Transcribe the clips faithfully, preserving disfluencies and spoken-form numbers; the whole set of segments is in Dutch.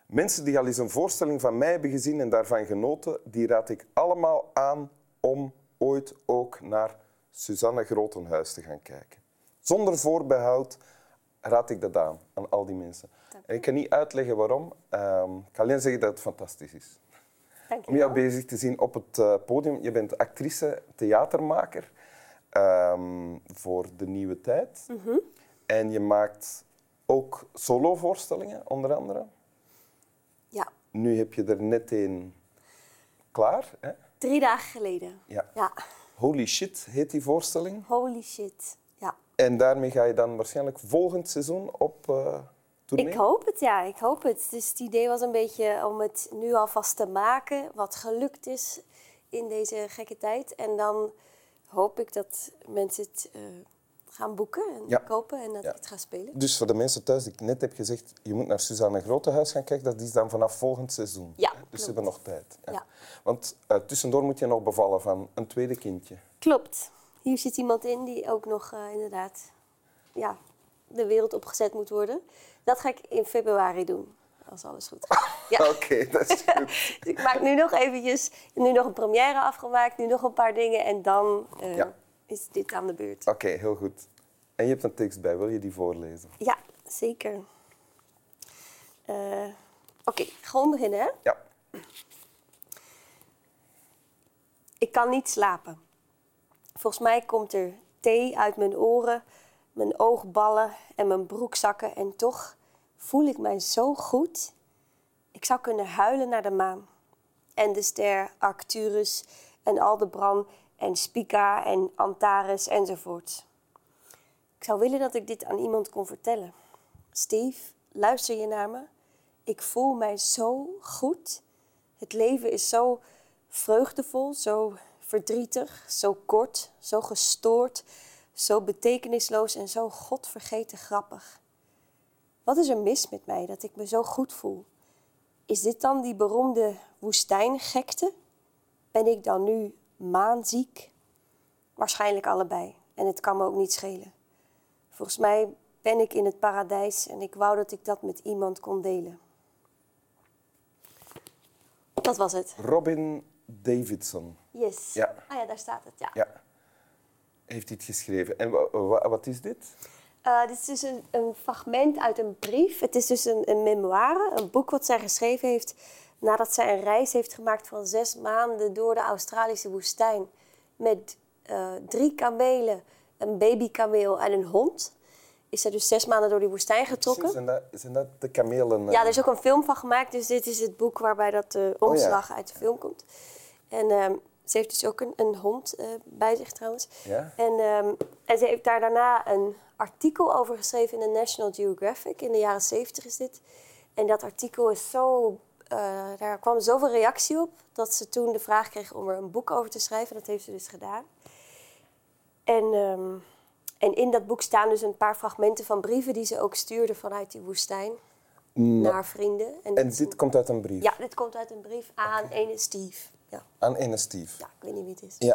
Mensen die al eens een voorstelling van mij hebben gezien en daarvan genoten, die raad ik allemaal aan om ooit ook naar Suzanne Grotenhuis te gaan kijken. Zonder voorbehoud raad ik dat aan, aan al die mensen. En ik kan niet uitleggen waarom. Um, ik kan alleen zeggen dat het fantastisch is. Dank je Om jou wel. bezig te zien op het uh, podium. Je bent actrice, theatermaker um, voor De Nieuwe Tijd. Mm-hmm. En je maakt ook solovoorstellingen, onder andere. Ja. Nu heb je er net een klaar. Hè? Drie dagen geleden. Ja. Ja. Holy Shit heet die voorstelling. Holy shit. Ja. En daarmee ga je dan waarschijnlijk volgend seizoen op uh, tournee? Ik hoop het, ja. Ik hoop het. Dus het idee was een beetje om het nu alvast te maken, wat gelukt is in deze gekke tijd. En dan hoop ik dat mensen het uh, gaan boeken en ja. kopen en dat ja. ik het ga spelen. Dus voor de mensen thuis die ik net heb gezegd, je moet naar Suzanne Grotenhuis gaan kijken, dat is dan vanaf volgend seizoen. Ja, Dus klopt. ze hebben nog tijd. Ja. Ja. Want uh, tussendoor moet je nog bevallen van een tweede kindje. Klopt. Hier zit iemand in die ook nog uh, inderdaad ja, de wereld opgezet moet worden. Dat ga ik in februari doen, als alles goed gaat. Ja. Oké, okay, dat is goed. Dus ik maak nu nog eventjes, nu nog een première afgemaakt, nu nog een paar dingen en dan uh, ja. is dit aan de beurt. Oké, okay, heel goed. En je hebt een tekst bij, wil je die voorlezen? Ja, zeker. Uh, Oké, okay, gewoon beginnen, hè? Ja. Ik kan niet slapen. Volgens mij komt er thee uit mijn oren, mijn oogballen en mijn broekzakken. En toch voel ik mij zo goed. Ik zou kunnen huilen naar de maan. En de ster Arcturus en Aldebaran en Spica en Antares enzovoort. Ik zou willen dat ik dit aan iemand kon vertellen. Steve, luister je naar me? Ik voel mij zo goed. Het leven is zo vreugdevol, zo verdrietig, zo kort, zo gestoord, zo betekenisloos en zo godvergeten grappig. Wat is er mis met mij dat ik me zo goed voel? Is dit dan die beroemde woestijngekte? Ben ik dan nu maanziek? Waarschijnlijk allebei. En het kan me ook niet schelen. Volgens mij ben ik in het paradijs en ik wou dat ik dat met iemand kon delen. Dat was het. Robin Davidson. Yes. Ja. Ah ja, daar staat het, ja. Ja. Heeft dit geschreven. En wa- wa- wat is dit? Uh, dit is dus een, een fragment uit een brief. Het is dus een, een memoire, een boek wat zij geschreven heeft nadat zij een reis heeft gemaakt van zes maanden door de Australische woestijn. Met uh, drie kamelen, een babykameel en een hond. Is zij dus zes maanden door die woestijn getrokken. Zijn dat, zijn dat de kamelen? Uh... Ja, er is ook een film van gemaakt. Dus dit is het boek waarbij dat uh, omslag oh, ja. uit de film komt. En uh, ze heeft dus ook een, een hond uh, bij zich trouwens. Ja? En, um, en ze heeft daar daarna een artikel over geschreven in de National Geographic. In de jaren zeventig is dit. En dat artikel is zo... Uh, daar kwam zoveel reactie op dat ze toen de vraag kreeg om er een boek over te schrijven. Dat heeft ze dus gedaan. En, um, en in dat boek staan dus een paar fragmenten van brieven die ze ook stuurde vanuit die woestijn mm. naar vrienden. En, en dit een... komt uit een brief? Ja, dit komt uit een brief aan okay. ene Steve. Ja. Aan ene Steve? Ja, ik weet niet wie het is. Ja.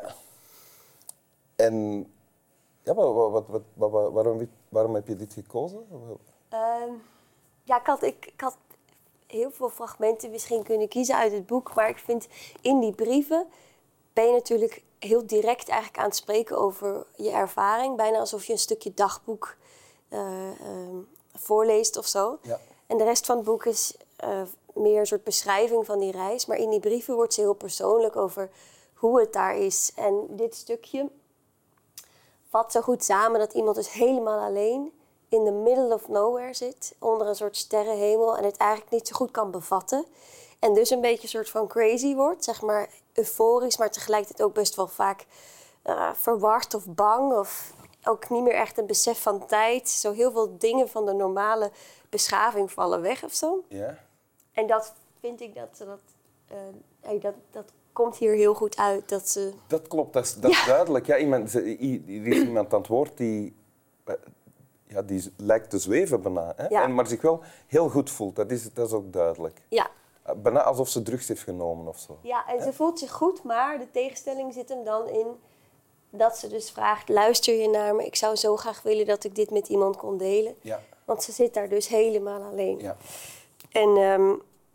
En ja, wat, wat, wat, wat, waarom, waarom heb je dit gekozen? Um, ja, ik had, ik, ik had heel veel fragmenten misschien kunnen kiezen uit het boek. Maar ik vind in die brieven ben je natuurlijk heel direct eigenlijk aan het spreken over je ervaring. Bijna alsof je een stukje dagboek uh, um, voorleest of zo. Ja. En de rest van het boek is uh, meer een soort beschrijving van die reis. Maar in die brieven wordt ze heel persoonlijk over hoe het daar is. En dit stukje vat zo goed samen dat iemand dus helemaal alleen in the middle of nowhere zit, onder een soort sterrenhemel en het eigenlijk niet zo goed kan bevatten. En dus een beetje een soort van crazy wordt, zeg maar euforisch, maar tegelijkertijd ook best wel vaak uh, verward of bang of ook niet meer echt een besef van tijd. Zo heel veel dingen van de normale beschaving vallen weg of zo. Ja. En dat vind ik dat ze dat, uh, hey, dat, dat komt hier heel goed uit. Dat, ze... dat klopt, dat is, dat is ja. duidelijk. Ja, iemand, er is iemand aan het woord die, ja, die lijkt te zweven bijna. Hè? Ja. En, maar zich wel heel goed voelt, dat is, dat is ook duidelijk. Ja. Bijna alsof ze drugs heeft genomen of zo. Ja, en ze voelt zich goed, maar de tegenstelling zit hem dan in dat ze dus vraagt, luister je naar me? Ik zou zo graag willen dat ik dit met iemand kon delen. Ja. Want ze zit daar dus helemaal alleen. Ja. En, um,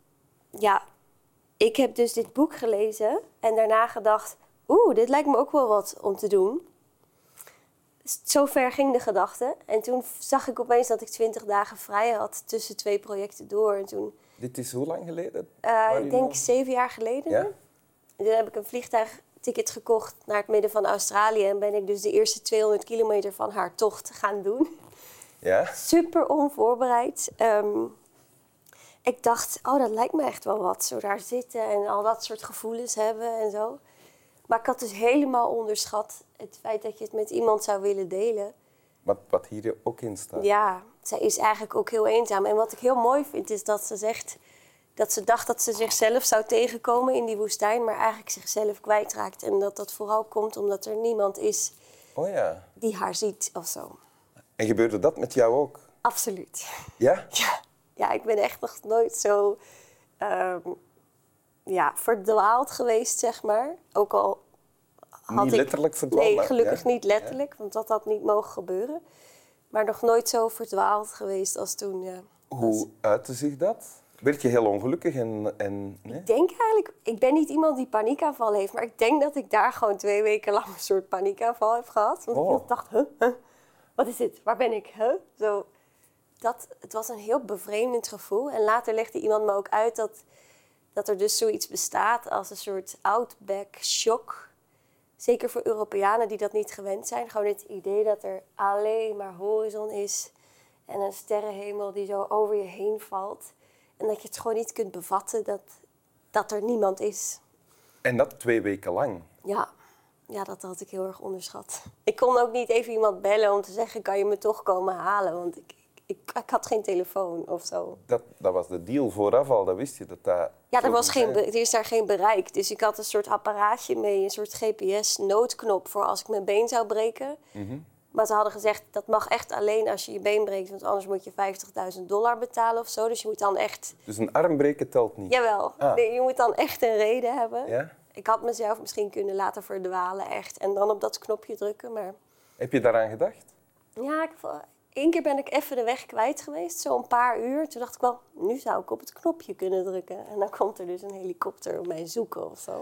ja, ik heb dus dit boek gelezen en daarna gedacht... Oeh, dit lijkt me ook wel wat om te doen. Zo ver ging de gedachte. En toen zag ik opeens dat ik twintig dagen vrij had tussen twee projecten door. En toen, Dit is hoe lang geleden? uh, ik denk zeven jaar geleden. Ja? En toen heb ik een vliegtuigticket gekocht naar het midden van Australië. En ben ik dus de eerste tweehonderd kilometer van haar tocht gaan doen. Ja? Super onvoorbereid. Um, ik dacht, oh, dat lijkt me echt wel wat. Zo daar zitten en al dat soort gevoelens hebben en zo. Maar ik had dus helemaal onderschat het feit dat je het met iemand zou willen delen. Wat, wat hier ook in staat. Ja, zij is eigenlijk ook heel eenzaam. En wat ik heel mooi vind is dat ze zegt... dat ze dacht dat ze zichzelf zou tegenkomen in die woestijn... maar eigenlijk zichzelf kwijtraakt. En dat dat vooral komt omdat er niemand is oh, ja. die haar ziet of zo. En gebeurde dat met jou ook? Absoluut. Ja? Ja, ja ik ben echt nog nooit zo... Um, ja, verdwaald geweest, zeg maar. Ook al had niet ik... letterlijk verdwaald? Nee, gelukkig ja? niet letterlijk, ja? want dat had niet mogen gebeuren. Maar nog nooit zo verdwaald geweest als toen. Ja, Hoe als... uitte zich dat? Werd je heel ongelukkig en... en nee? Ik denk eigenlijk... Ik ben niet iemand die paniekaanval heeft, maar ik denk dat ik daar gewoon twee weken lang een soort paniekaanval heb gehad. Want oh. ik dacht, huh, huh, wat is dit? Waar ben ik? Huh? Zo, dat, het was een heel bevreemdend gevoel. En later legde iemand me ook uit dat... dat er dus zoiets bestaat als een soort outback shock. Zeker voor Europeanen die dat niet gewend zijn. Gewoon het idee dat er alleen maar horizon is. En een sterrenhemel die zo over je heen valt. En dat je het gewoon niet kunt bevatten dat, dat er niemand is. En dat twee weken lang? Ja. ja, dat had ik heel erg onderschat. Ik kon ook niet even iemand bellen om te zeggen... kan je me toch komen halen? Want ik, ik, ik had geen telefoon of zo. Dat, dat was de deal vooraf al, dat wist je. Dat dat ja, er, was geen, er is daar geen bereik. Dus ik had een soort apparaatje mee, een soort G P S-noodknop... voor als ik mijn been zou breken. Mm-hmm. Maar ze hadden gezegd, dat mag echt alleen als je je been breekt... want anders moet je vijftigduizend dollar betalen of zo. Dus je moet dan echt... Dus een arm breken telt niet? Jawel, ah. nee, je moet dan echt een reden hebben. Ja? Ik had mezelf misschien kunnen laten verdwalen, echt. En dan op dat knopje drukken, maar... Heb je daaraan gedacht? Ja, ik, één keer ben ik even de weg kwijt geweest, zo een paar uur. Toen dacht ik wel, nu zou ik op het knopje kunnen drukken. En dan komt er dus een helikopter op mij zoeken of zo.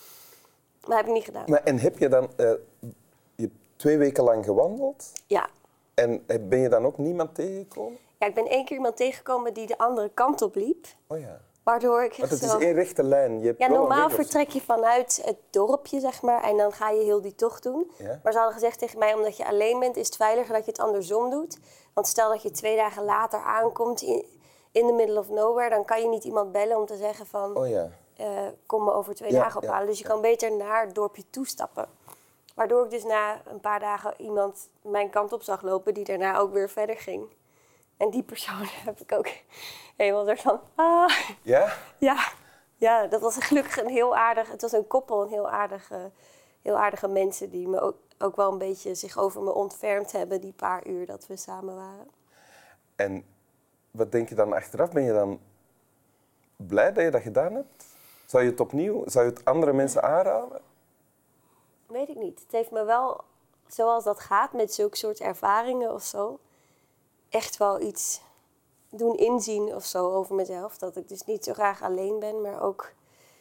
Maar dat heb ik niet gedaan. Maar, en heb je dan... Uh, je hebt twee weken lang gewandeld? Ja. En ben je dan ook niemand tegengekomen? Ja, ik ben één keer iemand tegengekomen die de andere kant op liep. Oh ja. Waardoor ik Want het zo... is één rechte lijn. Je hebt ja, wel normaal een weg, vertrek je vanuit het dorpje, zeg maar. En dan ga je heel die tocht doen. Ja? Maar ze hadden gezegd tegen mij, omdat je alleen bent... is het veiliger dat je het andersom doet. Want stel dat je twee dagen later aankomt in, in the middle of nowhere... dan kan je niet iemand bellen om te zeggen van... Oh ja. Uh, kom me over twee ja, dagen ophalen. Ja, dus je ja. kan beter naar het dorpje toestappen. Waardoor ik dus na een paar dagen iemand mijn kant op zag lopen... die daarna ook weer verder ging. En die persoon heb ik ook helemaal zo van... Ah. Ja? Ja. Ja, dat was gelukkig een heel aardig... Het was een koppel, een heel aardige, heel aardige mensen... die me ook, ook wel een beetje zich over me ontfermd hebben... die paar uur dat we samen waren. En wat denk je dan achteraf? Ben je dan blij dat je dat gedaan hebt? Zou je het opnieuw... Zou je het andere mensen aanraden? Weet ik niet. Het heeft me wel, zoals dat gaat... met zulke soort ervaringen of zo... echt wel iets... doen inzien of zo over mezelf. Dat ik dus niet zo graag alleen ben, maar ook...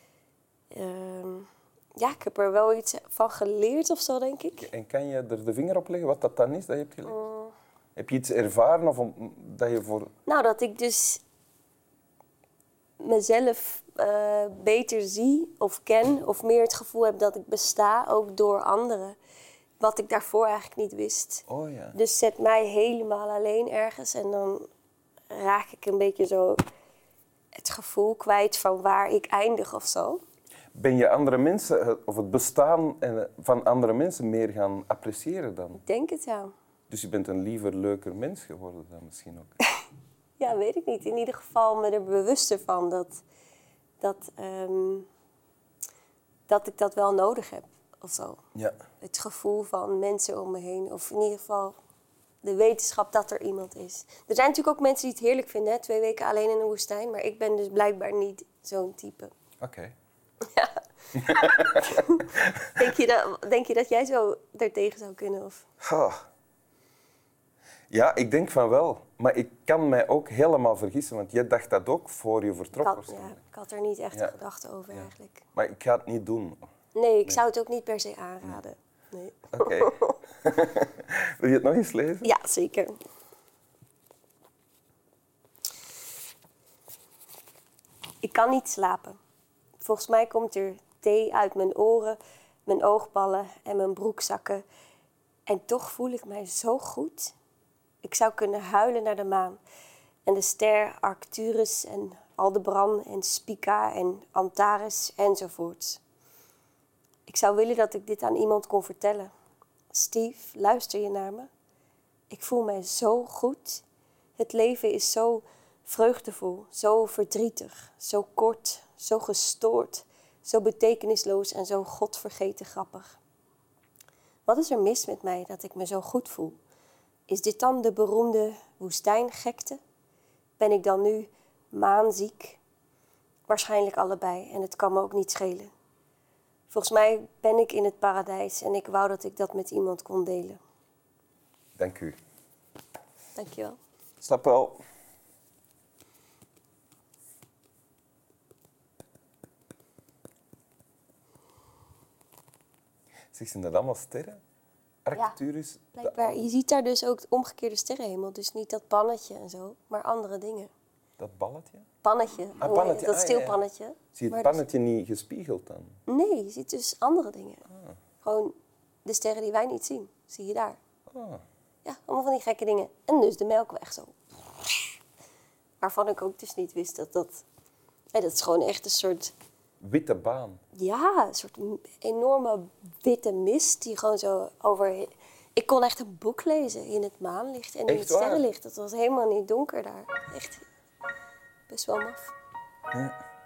Uh, ja, ik heb er wel iets van geleerd of zo, denk ik. En kan je er de vinger op leggen wat dat dan is dat je hebt geleerd? Mm. Heb je iets ervaren of om, dat je voor... Nou, dat ik dus mezelf uh, beter zie of ken... of meer het gevoel heb dat ik besta, ook door anderen. Wat ik daarvoor eigenlijk niet wist. Oh ja. Dus zet mij helemaal alleen ergens en dan... raak ik een beetje zo het gevoel kwijt van waar ik eindig of zo. Ben je andere mensen, of het bestaan van andere mensen meer gaan appreciëren dan? Ik denk het, ja. Dus je bent een liever, leuker mens geworden dan misschien ook? Ja, weet ik niet. In ieder geval me er bewuster van dat, dat, um, dat ik dat wel nodig heb of zo. Ja. Het gevoel van mensen om me heen, of in ieder geval... de wetenschap dat er iemand is. Er zijn natuurlijk ook mensen die het heerlijk vinden, hè? Twee weken alleen in de woestijn. Maar ik ben dus blijkbaar niet zo'n type. Oké. Okay. Ja. denk, je dat, denk je dat jij zo daartegen zou kunnen? Of? Oh. Ja, ik denk van wel. Maar ik kan mij ook helemaal vergissen, want jij dacht dat ook voor je Ik vertrok had, ja, waarschijnlijk. ik had er niet echt Ja. een gedachte over Ja. eigenlijk. Maar ik ga het niet doen. Nee, ik zou het ook niet per se aanraden. Nee. Oké. Wil je het nog eens lezen? Ja, zeker. Ik kan niet slapen. Volgens mij komt er thee uit mijn oren, mijn oogballen en mijn broekzakken. En toch voel ik mij zo goed. Ik zou kunnen huilen naar de maan. En de ster Arcturus en Aldebaran en Spica en Antares enzovoorts. Ik zou willen dat ik dit aan iemand kon vertellen. Steve, luister je naar me? Ik voel mij zo goed. Het leven is zo vreugdevol, zo verdrietig, zo kort, zo gestoord, zo betekenisloos en zo godvergeten grappig. Wat is er mis met mij dat ik me zo goed voel? Is dit dan de beroemde woestijngekte? Ben ik dan nu maanziek? Waarschijnlijk allebei en het kan me ook niet schelen. Volgens mij ben ik in het paradijs en ik wou dat ik dat met iemand kon delen. Dank u. Dankjewel. Slap wel. Zeg, zijn dat allemaal sterren? Arcturus? Blijkbaar, je ziet daar dus ook de omgekeerde sterrenhemel. Dus niet dat pannetje en zo, maar andere dingen. Dat balletje? Pannetje, Ah, hoor je, pannetje. dat Ah, steelpannetje. ja, ja. Zie je Maar het pannetje niet gespiegeld dan? dus- nee, je ziet dus andere dingen. Ah. Gewoon de sterren die wij niet zien, zie je daar. Ah. Ja, allemaal van die gekke dingen. En dus de Melkweg zo. Waarvan ik ook dus niet wist dat dat... Ja, dat is gewoon echt een soort... Witte baan. Ja, een soort m- enorme witte mist die gewoon zo over... Ik kon echt een boek lezen in het maanlicht en in Echt het waar? sterrenlicht. Het was helemaal niet donker daar. Echt best wel maf. Ja.